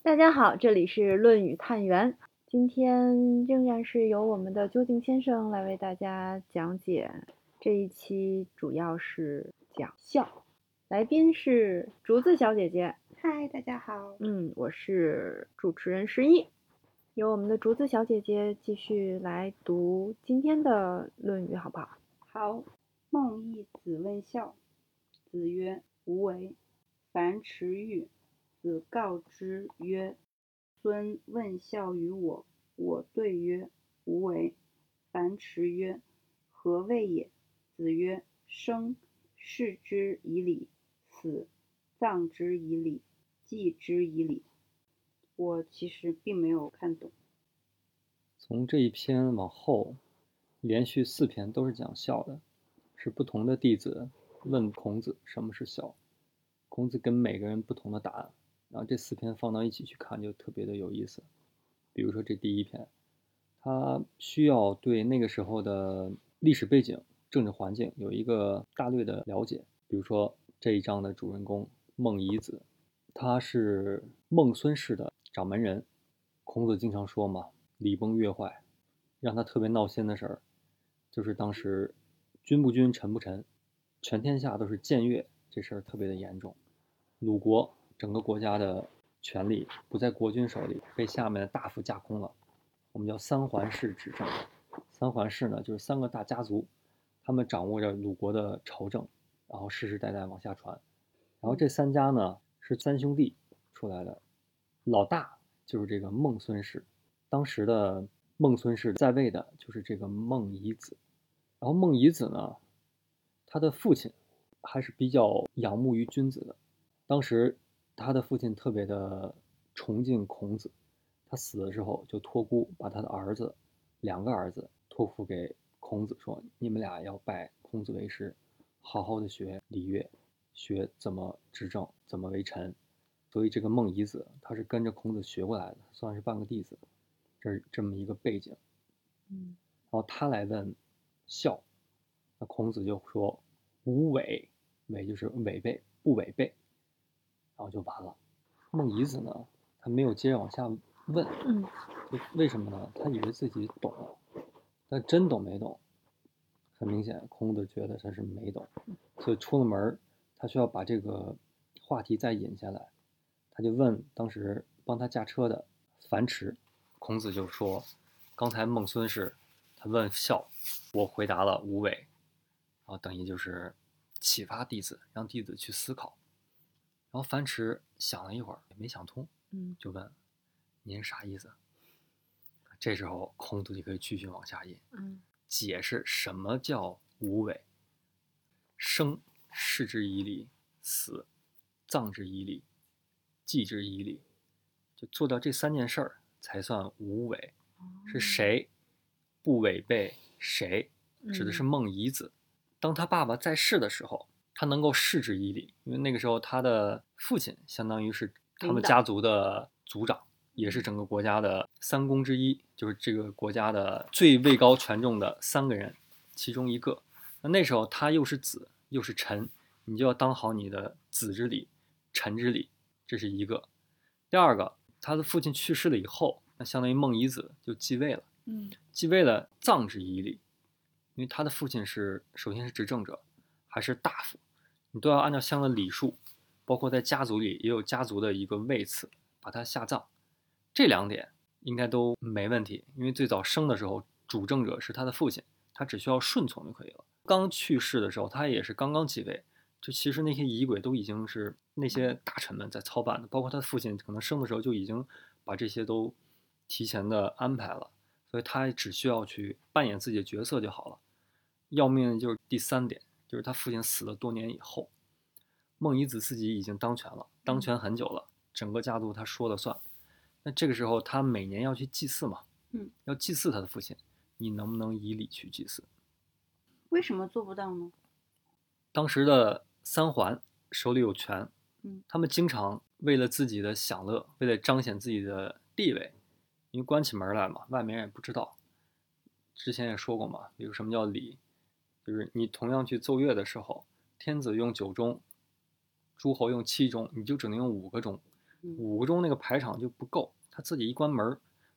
大家好，这里是论语探源。今天仍然是由我们的究竟先生来为大家讲解。这一期主要是讲孝，来宾是竹子小姐姐。 嗨，大家好。 我是主持人十一，由我们的竹子小姐姐继续来读今天的论语，好不好？ 好。孟懿子问孝，子曰：无为。樊迟愈，子告之曰：孙问孝于我，我对曰：无为。樊迟曰：何谓也？子曰：生，视之以礼；死，葬之以礼；祭之以礼。我其实并没有看懂。 从这一篇往后，连续4篇都是讲孝的，是不同的弟子问孔子什么是孝，孔子跟每个人不同的答案，然后这4篇放到一起去看就特别的有意思。比如说这第一篇，他需要对那个时候的历史背景、政治环境有一个大略的了解。比如说这一章的主人公孟夷子，他是孟孙氏的掌门人。孔子经常说嘛，礼崩乐坏，让他特别闹心的事儿，就是当时君不君，臣不臣，全天下都是僭越，这事儿特别的严重。鲁国整个国家的权力不在国君手里，被下面的大夫架空了。我们叫三桓氏执政。三桓氏呢，就是3个大家族，他们掌握着鲁国的朝政，然后世世代代往下传。然后这3家呢是3兄弟出来的，老大就是这个孟孙氏，当时的孟孙氏在位的就是这个孟夷子。然后孟夷子呢，他的父亲还是比较仰慕于君子的。当时他的父亲特别的崇敬孔子，他死的时候就托孤把他的2个儿子托付给孔子，说你们俩要拜孔子为师，好好的学礼乐，学怎么执政，怎么为臣。所以这个孟夷子他是跟着孔子学过来的，算是半个弟子。这是这么一个背景。然后他来问孝，那孔子就说无违，违就是违背，不违背，然后就完了。孟夷子呢，他没有接着往下问，就为什么呢？他以为自己懂了，但真懂没懂？很明显，孔子觉得他是没懂，所以出了门，他需要把这个话题再引下来。他就问当时帮他驾车的樊迟，孔子就说：“刚才孟孙氏他问孝，我回答了无为，然后等于就是启发弟子，让弟子去思考。”然后樊迟想了一会儿，没想通，就问：“您啥意思？”这时候孔子就可以继续往下引，解释什么叫无为。生，视之以礼；死，葬之以礼；祭之以礼。就做到这3件事儿才算无为。是谁不违背谁，指的是孟夷子。当他爸爸在世的时候，他能够视之以礼，因为那个时候他的父亲相当于是他们家族的族长，也是整个国家的3公之一，就是这个国家的最位高权重的3个人其中一个。那时候他又是子又是臣，你就要当好你的子之礼、臣之礼，这是一个。第二个，他的父亲去世了以后，那相当于孟夷子就继位了。继位了，葬之以礼，因为他的父亲是首先是执政者，还是大夫，你都要按照相应的礼数，包括在家族里也有家族的一个位次，把他下葬。这2点应该都没问题，因为最早生的时候主政者是他的父亲，他只需要顺从就可以了。刚去世的时候，他也是刚刚继位，就其实那些仪轨都已经是那些大臣们在操办的，包括他的父亲可能生的时候就已经把这些都提前的安排了，所以他只需要去扮演自己的角色就好了。要命的就是第3点，就是他父亲死了多年以后，孟夷子自己已经当权了，当权很久了，整个家族他说了算。那这个时候他每年要去祭祀嘛，要祭祀他的父亲，你能不能以礼去祭祀？ 为什么做不到呢？ 当时的3桓手里有权，他们经常为了自己的享乐，为了彰显自己的地位，因为关起门来嘛，外面人也不知道。之前也说过嘛，比如什么叫礼，就是你同样去奏乐的时候，天子用9钟，诸侯用7钟，你就只能用5个钟。 5个钟那个排场就不够，他自己一关门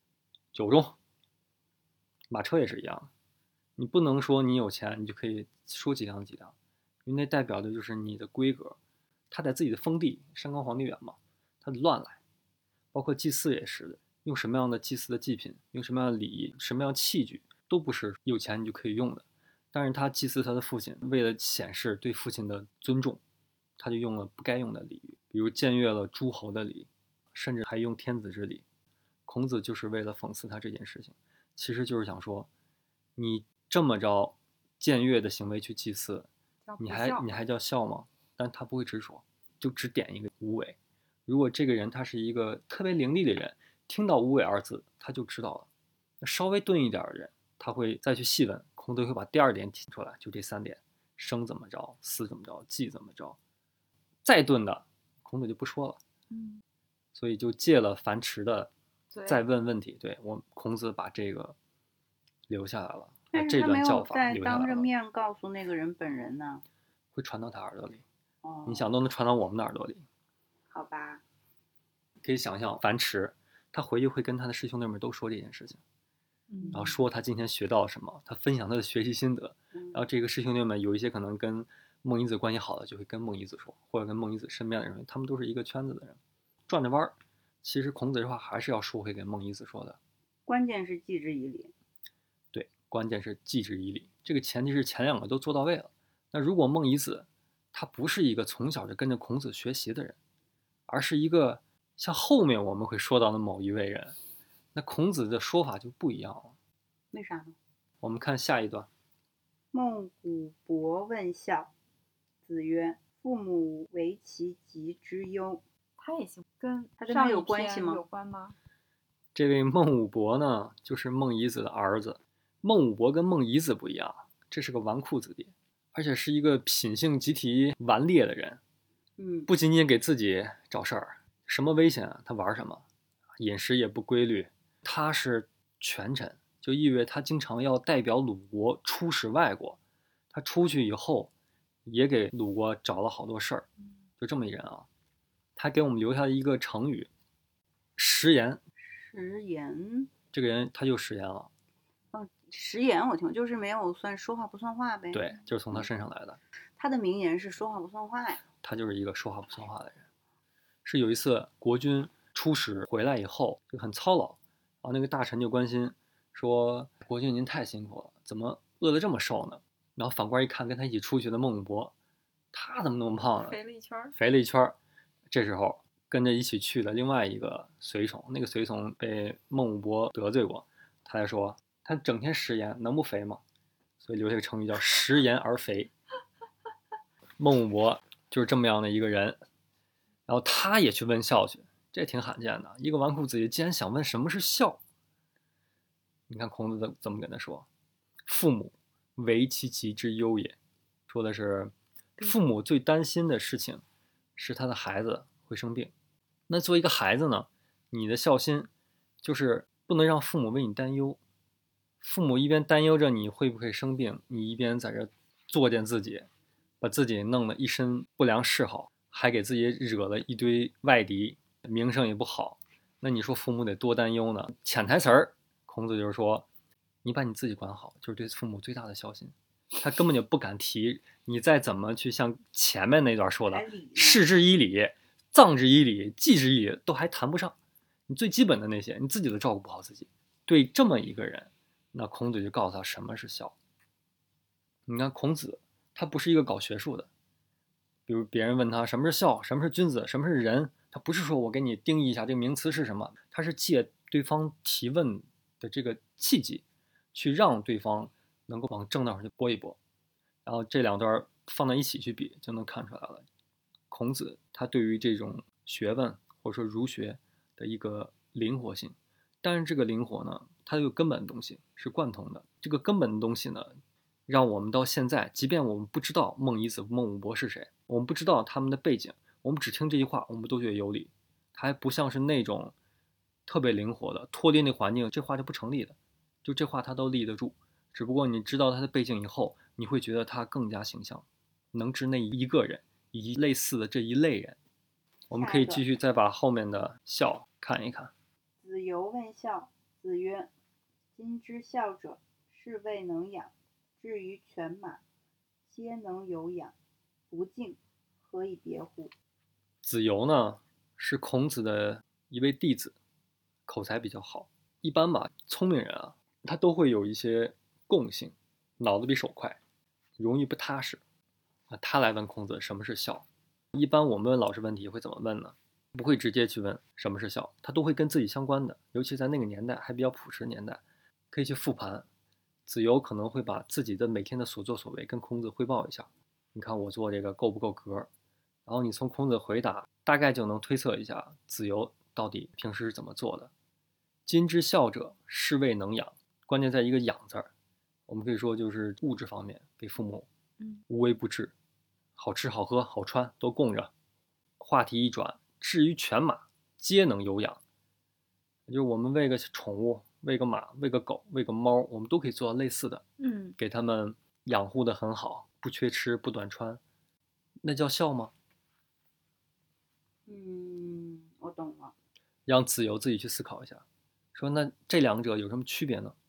9钟。马车也是一样的，你不能说你有钱你就可以说几辆几辆，因为那代表的就是你的规格。他在自己的封地，山高皇帝远嘛，他得乱来。包括祭祀也是的，用什么样的祭祀的祭品，用什么样的礼仪，什么样的器具，都不是有钱你就可以用的。但是他祭祀他的父亲，为了显示对父亲的尊重，他就用了不该用的礼仪，比如僭越了诸侯的礼，甚至还用天子之礼。孔子就是为了讽刺他这件事情，其实就是想说，你这么着僭越的行为去祭祀，你还叫孝吗？但他不会直说，就只点一个无为。如果这个人他是一个特别伶俐的人，听到无为2字他就知道了。稍微钝一点的人，他会再去细问，孔子会把第2点提出来，就这3点：生怎么着，死怎么着，祭怎么着。再钝的，孔子就不说了。所以就借了樊迟的再问问题，对，我孔子把这个留下来了， 但这是他没有段教法在留下来了， 当着面告诉那个人本人呢。 会传到他耳朵里。 哦， 你想都能传到我们的耳朵里。 好吧。 可以想象樊迟他回去会跟他的师兄弟们都说这件事情，然后说他今天学到了什么，他分享他的学习心得。然后这个师兄弟们有一些可能跟孟夷子关系好的就会跟孟夷子说，或者跟孟夷子身边的人，他们都是一个圈子的人，转着弯儿。其实孔子这话还是要说回给孟夷子说的， 关键是继之以礼。 对，关键是继之以礼，这个前提是前2个都做到位了。那如果孟夷子他不是一个从小就跟着孔子学习的人，而是一个像后面我们会说到的某一位人，那孔子的说法就不一样了。 为啥呢？ 我们看下一段。 孟古伯问孝，子曰：父母为其疾之忧。 他也行，跟他跟他有关系吗？ 有关吗？ 这位孟武伯呢，就是孟夷子的儿子。孟武伯跟孟夷子不一样，这是个纨绔子弟，而且是一个品性极其顽劣的人。不仅仅给自己找事儿，什么危险他玩什么，饮食也不规律。他是权臣，就意味着他经常要代表鲁国出使外国。他出去以后，也给鲁国找了好多事儿，就这么一人啊。他给我们留下了一个成语，食言。 食言， 这个人他就食言了。 食言我听就是没有说话不算话呗。 对，就是从他身上来的。 他的名言是说话不算话呀。 他就是一个说话不算话的人。是有一次国君出使回来以后就很操劳，然后那个大臣就关心说：“国君您太辛苦了，怎么饿得这么瘦呢？”然后反过来一看，跟他一起出去的孟武伯，他怎么那么胖呢？ 肥了一圈。 肥了一圈。这时候跟着一起去的另外一个随从，那个随从被孟武伯得罪过，他还说他整天食言，能不肥吗？所以留下个成语叫食言而肥。孟武伯就是这么样的一个人，然后他也去问孝去，这挺罕见的。一个纨绔子弟竟然想问什么是孝。你看孔子怎么跟他说：“父母为其疾之忧也。”说的是父母最担心的事情是他的孩子会生病。那作为一个孩子呢，你的孝心就是不能让父母为你担忧。父母一边担忧着你会不会生病，你一边在这作践自己，把自己弄得一身不良嗜好，还给自己惹了一堆外敌，名声也不好。那你说父母得多担忧呢？潜台词儿，孔子就是说，你把你自己管好，就是对父母最大的孝心。他根本就不敢提你再怎么去像前面那段说的视之以礼、葬之以礼、祭之以礼，都还谈不上。你最基本的那些你自己都照顾不好自己，对这么一个人，那孔子就告诉他什么是孝。你看孔子他不是一个搞学术的，比如别人问他什么是孝，什么是君子，什么是仁，他不是说我给你定义一下这个名词是什么，他是借对方提问的这个契机，去让对方能够往正道上去拨一拨。然后这2段放在一起去比，就能看出来了。孔子他对于这种学问或者说儒学的一个灵活性，但是这个灵活呢，它有根本的东西是贯通的。这个根本的东西呢，让我们到现在，即便我们不知道孟夷子、孟武伯是谁，我们不知道他们的背景，我们只听这句话，我们都觉得有理。它还不像是那种特别灵活的脱离那环境，这话就不成立的。就这话它都立得住，只不过你知道它的背景以后，你会觉得它更加形象，能治那一个人以及类似的这一类人。 我们可以继续再把后面的孝看一看。 子游问孝，子曰：今之孝者，是谓能养。至于犬马，皆能有养，不敬，何以别乎？ 子游呢是孔子的一位弟子，口才比较好。一般吧，聪明人啊，他都会有一些共性，脑子比手快，容易不踏实。他来问孔子什么是孝。一般我们问老师问题会怎么问呢？不会直接去问什么是孝，他都会跟自己相关的，尤其在那个年代还比较朴实的年代，可以去复盘。子游可能会把自己的每天的所作所为跟孔子汇报一下，你看我做这个够不够格，然后你从孔子回答大概就能推测一下子游到底平时是怎么做的。今之孝者，是谓能养，关键在一个养字儿。我们可以说就是物质方面给父母无微不至，好吃好喝好穿都供着。话题一转，至于犬马，皆能有养，就是我们喂个宠物，喂个马，喂个狗，喂个猫，我们都可以做到类似的，给他们养护的很好，不缺吃不短穿，那叫孝吗？ 我懂了。 让子游自己去思考一下，说那这两者有什么区别呢？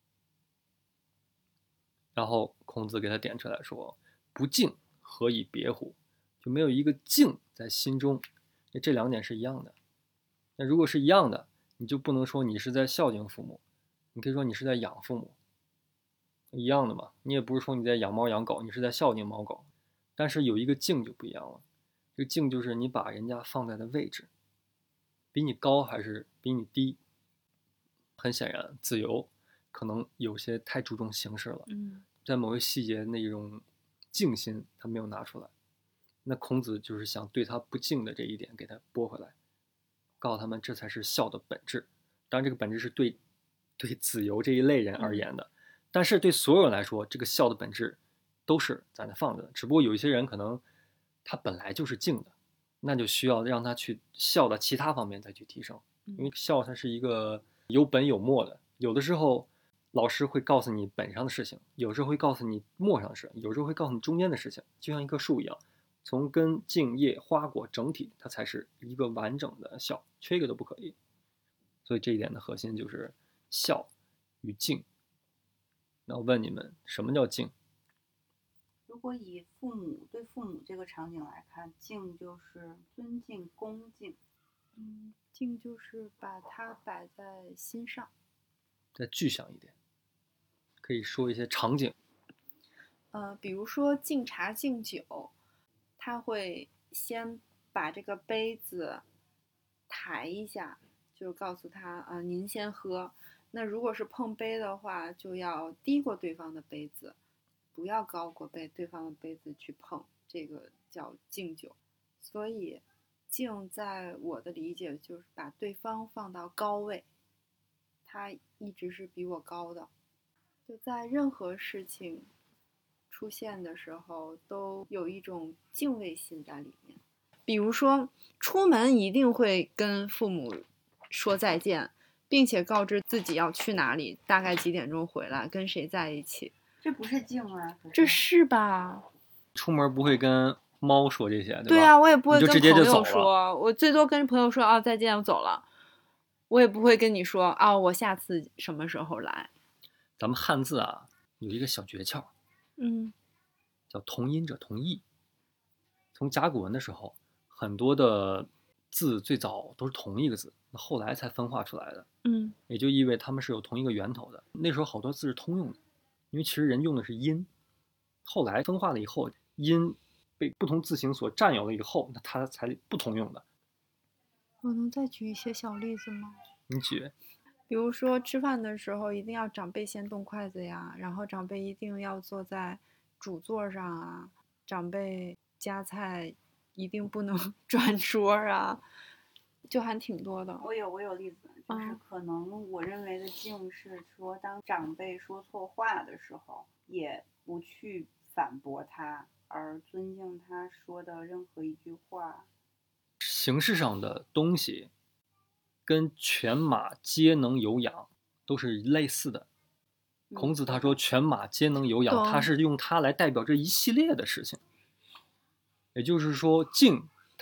然后孔子给他点出来说：不敬，何以别乎？就没有一个敬在心中，这两点是一样的。那如果是一样的，你就不能说你是在孝敬父母，你可以说你是在养父母，一样的嘛。你也不是说你在养猫养狗，你是在孝敬猫狗。但是有一个敬就不一样了，这个敬就是你把人家放在的位置，比你高还是比你低。很显然，子游可能有些太注重形式了，在某些细节那种敬心他没有拿出来。那孔子就是想对他不敬的这一点给他拨回来，告诉他们这才是孝的本质。当然这个本质是对子游这一类人而言的，但是对所有人来说，这个孝的本质都是在那放着的。只不过有一些人可能他本来就是敬的，那就需要让他去孝的其他方面再去提升。因为孝它是一个有本有末的，有的时候老师会告诉你本上的事情，有时候会告诉你末上的事，有时候会告诉你中间的事情，就像一棵树一样，从根茎叶花果整体它才是一个完整的孝，缺一个都不可以。所以这一点的核心就是孝与敬。那我问你们，什么叫敬？ 如果以对父母这个场景来看，敬就是尊敬恭敬。 敬就是把它摆在心上。 再具象一点，可以说一些场景。 比如说敬茶敬酒，他会先把这个杯子抬一下，就告诉他您先喝。那如果是碰杯的话，就要低过对方的杯子，不要高过对方的杯子去碰，这个叫敬酒。所以敬在我的理解就是把对方放到高位，他一直是比我高的。就在任何事情出现的时候都有一种敬畏心在里面。比如说出门一定会跟父母说再见，并且告知自己要去哪里，大概几点钟回来，跟谁在一起。 这不是敬啊， 这是吧？ 出门不会跟猫说这些，对吧？ 对啊，我也不会跟朋友就直接就走说，我最多跟朋友说再见，我走了。我也不会跟你说我下次什么时候来。 咱们汉字啊有一个小诀窍，叫同音者同义。从甲骨文的时候，很多的字最早都是同一个字，那后来才分化出来的。也就意味它们是有同一个源头的。那时候好多字是通用的，因为其实人用的是音，后来分化了以后，音被不同字形所占有了以后，那它才不通用的。 我能再举一些小例子吗？ 你举。 比如说吃饭的时候一定要长辈先动筷子呀，然后长辈一定要坐在主座上啊，长辈夹菜一定不能转桌啊，就还挺多的。 我有例子，就是可能我认为的敬是说，当长辈说错话的时候，也不去反驳他，而尊敬他说的任何一句话。 形式上的东西跟犬马皆能有养都是类似的。孔子他说犬马皆能有养，他是用它来代表这一系列的事情。也就是说敬它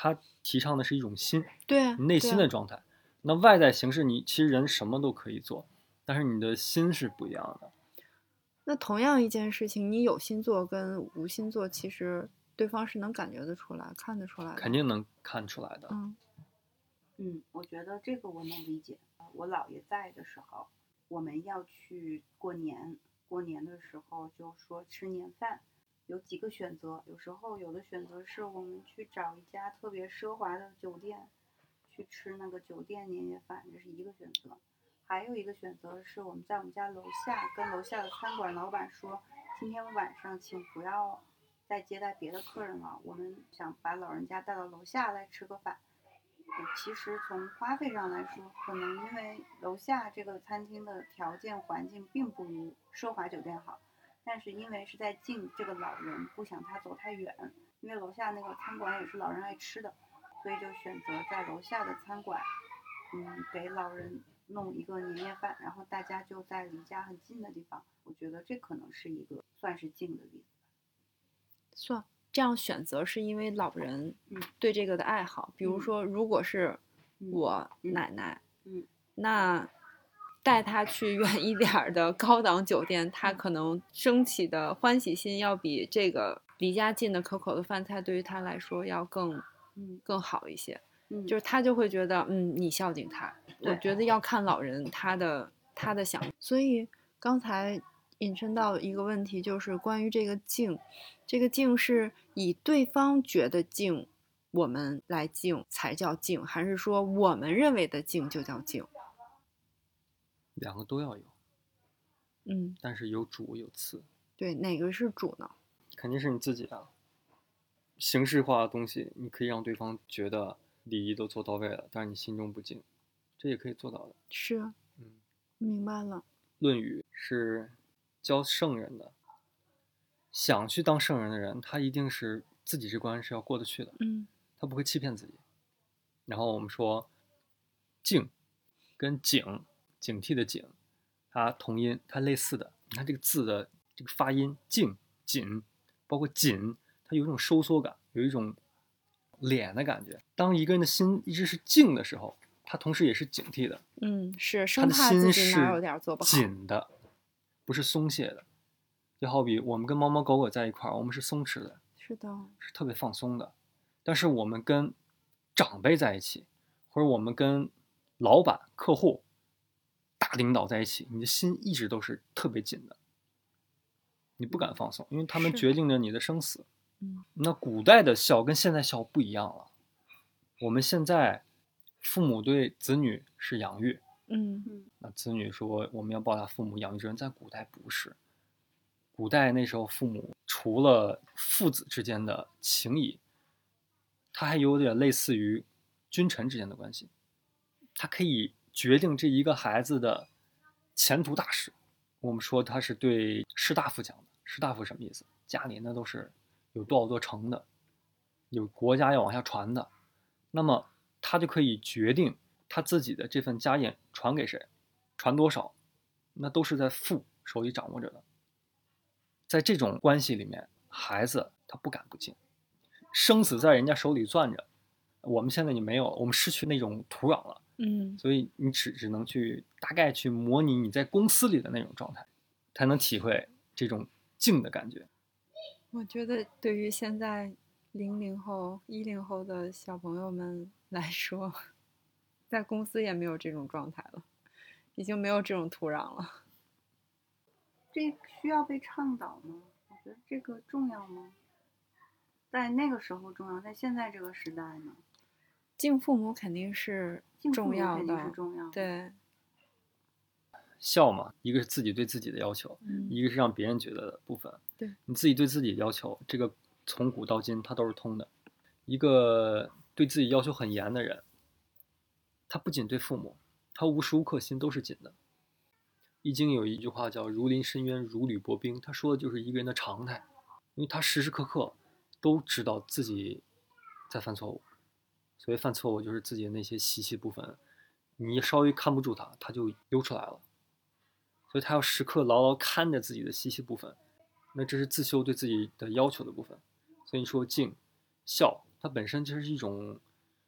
提倡的是一种心， 对， 你内心的状态。那外在形式，你其实人什么都可以做，但是你的心是不一样的。 那同样一件事情，你有心做跟无心做，其实对方是能感觉得出来、看得出来的。 肯定能看出来的。 我觉得这个我能理解。我姥爷在的时候，我们要去过年，过年的时候就说吃年饭，有几个选择。有时候有的选择是我们去找一家特别奢华的酒店，去吃那个酒店年夜饭，这是一个选择。还有一个选择是我们在我们家楼下跟楼下的餐馆老板说，今天晚上请不要再接待别的客人了，我们想把老人家带到楼下来吃个饭。其实从花费上来说，可能因为楼下这个餐厅的条件环境并不如奢华酒店好，但是因为是在敬这个老人，不想他走太远，因为楼下那个餐馆也是老人爱吃的，所以就选择在楼下的餐馆，给老人弄一个年夜饭，然后大家就在离家很近的地方。我觉得这可能是一个算是敬的例子。 算这样选择是因为老人对这个的爱好。比如说，如果是我奶奶，那带她去远一点的高档酒店，她可能升起的欢喜心要比这个离家近的可口的饭菜对于她来说要更好一些。就是她就会觉得，你孝敬她。我觉得要看老人他的想法。所以刚才引申到一个问题，就是关于这个敬，这个敬是以对方觉得敬，我们来敬才叫敬，还是说我们认为的敬就叫敬？ 两个都要有。但是有主有次。 对，哪个是主呢？ 肯定是你自己啊。形式化的东西，你可以让对方觉得礼仪都做到位了，但是你心中不敬，这也可以做到的。 是，明白了。 论语是教圣人的，想去当圣人的人，他一定是自己这关是要过得去的，他不会欺骗自己。然后我们说，敬跟警，警惕的警，它同音，它类似的。你看这个字的这个发音，敬、谨，包括谨，它有一种收缩感，有一种敛的感觉。当一个人的心一直是静的时候，他同时也是警惕的。 是生怕自己哪有点做不好。 紧的，不是松懈的。就好比我们跟猫猫狗狗在一块儿，我们是松弛的， 是的， 是特别放松的。但是我们跟长辈在一起，或者我们跟老板、客户、大领导在一起，你的心一直都是特别紧的，你不敢放松，因为他们决定着你的生死。那古代的孝跟现在孝不一样了。我们现在父母对子女是养育，那子女说我们要报答父母养育之恩，在古代不是。古代那时候父母除了父子之间的情谊，他还有点类似于君臣之间的关系，他可以决定这一个孩子的前途大事。我们说他是对士大夫讲的。士大夫什么意思？家里那都是有多少座城的，有国家要往下传的，那么他就可以决定他自己的这份家业传给谁，传多少，那都是在父手里掌握着的。在这种关系里面，孩子他不敢不敬，生死在人家手里攥着。我们现在就没有，我们失去那种土壤了。所以你只能去大概去模拟你在公司里的那种状态，才能体会这种敬的感觉。 我觉得对于现在00后、10后的小朋友们来说，在公司也没有这种状态了，已经没有这种土壤了。 这需要被倡导吗？我觉得这个重要吗？在那个时候重要，在现在这个时代呢？ 敬父母肯定是重要的， 肯定是重要的。 对。 孝嘛，一个是自己对自己的要求，一个是让别人觉得的部分。 对， 你自己对自己的要求，这个从古到今它都是通的。一个对自己要求很严的人，他不仅对父母，他无时无刻心都是紧的。易经有一句话叫如临深渊，如履薄冰，他说的就是一个人的常态，因为他时时刻刻都知道自己在犯错误。所谓犯错误，就是自己的那些习气部分，你稍微看不住它，它就溜出来了。所以他要时刻牢牢看着自己的习气部分，那这是自修对自己的要求的部分。所以你说敬孝，它本身就是一种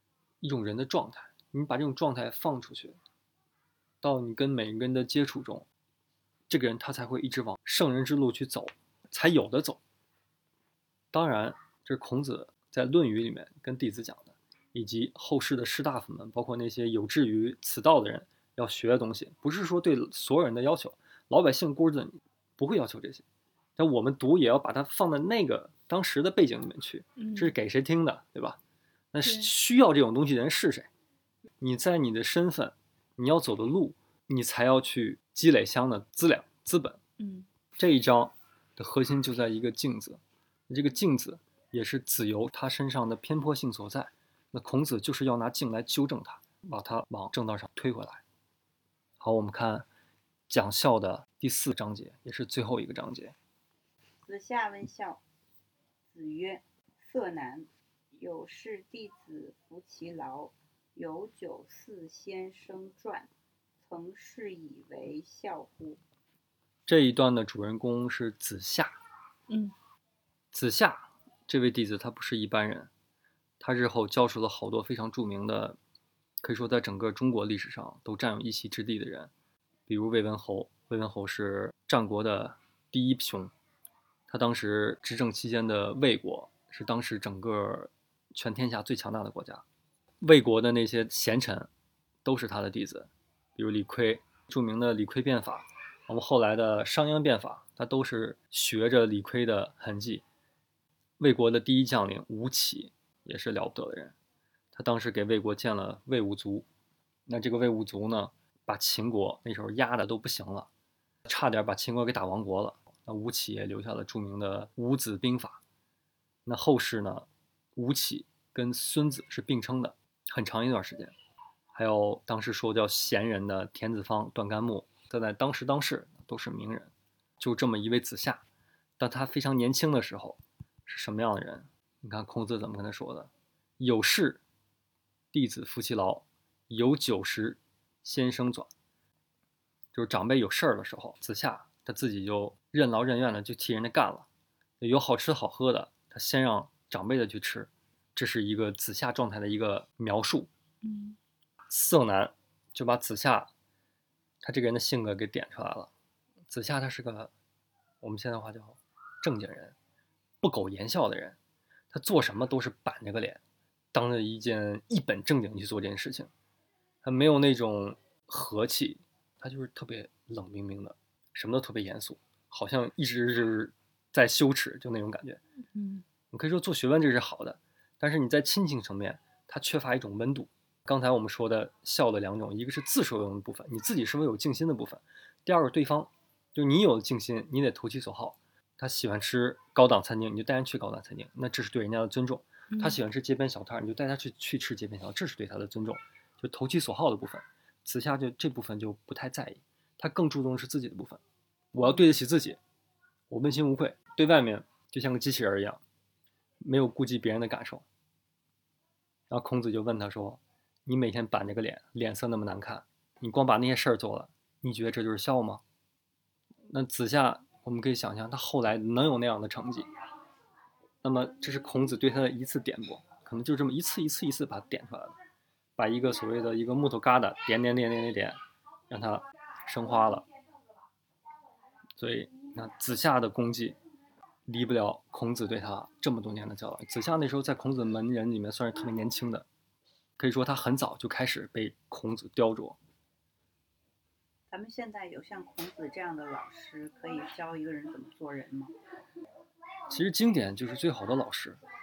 一种人的状态，你把这种状态放出去，到你跟每个人的接触中，这个人他才会一直往圣人之路去走，才有的走。当然，这是孔子在《论语》里面跟弟子讲的，以及后世的士大夫们，包括那些有志于此道的人要学的东西，不是说对所有人的要求，老百姓孤子不会要求这些，但我们读也要把它放在那个当时的背景里面去，这是给谁听的，对吧？那需要这种东西的人是谁？你在你的身份，你要走的路，你才要去积累相应的资粮资本。这一章的核心就在一个镜子，这个镜子也是子游他身上的偏颇性所在。那孔子就是要拿镜来纠正他，把他往正道上推回来。好，我们看讲孝的第4章节，也是最后一个章节。 子夏问孝，子曰：色难。有事弟子服其劳，有酒肆先生传，曾是以为孝乎？ 这一段的主人公是子夏。子夏这位弟子他不是一般人，他日后教出了好多非常著名的，可以说在整个中国历史上都占有一席之地的人，比如魏文侯。魏文侯是战国的第一雄，他当时执政期间的魏国是当时整个全天下最强大的国家，魏国的那些贤臣都是他的弟子，比如李悝，著名的李悝变法，我们后来的商鞅变法，他都是学着李悝的痕迹。魏国的第一将领吴起也是了不得的人，他当时给魏国建了魏武卒，那这个魏武卒呢，把秦国那时候压的都不行了，差点把秦国给打亡国了。那吴起也留下了著名的五子兵法。那后世呢，吴起跟孙子是并称的很长一段时间。还有当时说叫贤人的田子方、段干木，在当时当世都是名人。就这么一位子夏，当他非常年轻的时候是什么样的人？你看孔子怎么跟他说的：有事弟子服其劳，有酒食先生转。就是长辈有事儿的时候，子夏他自己就任劳任怨的就替人家干了，有好吃好喝的他先让长辈的去吃，这是一个子夏状态的一个描述。色难就把子夏他这个人的性格给点出来了。子夏他是个我们现在话叫正经人，不苟言笑的人，他做什么都是板着个脸，当着一本正经去做这件事情，他没有那种和气，他就是特别冷冰冰的，什么都特别严肃，好像一直是在羞耻，就那种感觉。你可以说做学问这是好的，但是你在亲情层面它缺乏一种温度。刚才我们说的孝的2种，一个是自受用的部分，你自己是否有静心的部分；第二个对方，就你有静心，你得投其所好。他喜欢吃高档餐厅，你就带人去高档餐厅，那这是对人家的尊重。他喜欢吃街边小摊，你就带他去吃街边小摊，这是对他的尊重，就投其所好的部分。子夏就这部分就不太在意，他更注重的是自己的部分。我要对得起自己，我问心无愧，对外面就像个机器人一样，没有顾及别人的感受。然后孔子就问他说：你每天板着个脸，脸色那么难看，你光把那些事儿做了，你觉得这就是孝吗？那子夏我们可以想象他后来能有那样的成绩，那么这是孔子对他的一次点拨，可能就这么一次把它点出来了，把一个所谓的一个木头疙瘩点，让它生花了。所以那子夏的功绩离不了孔子对他这么多年的教导。子夏那时候在孔子门人里面算是特别年轻的，可以说他很早就开始被孔子雕琢。 咱们现在有像孔子这样的老师可以教一个人怎么做人吗？ 其实经典就是最好的老师，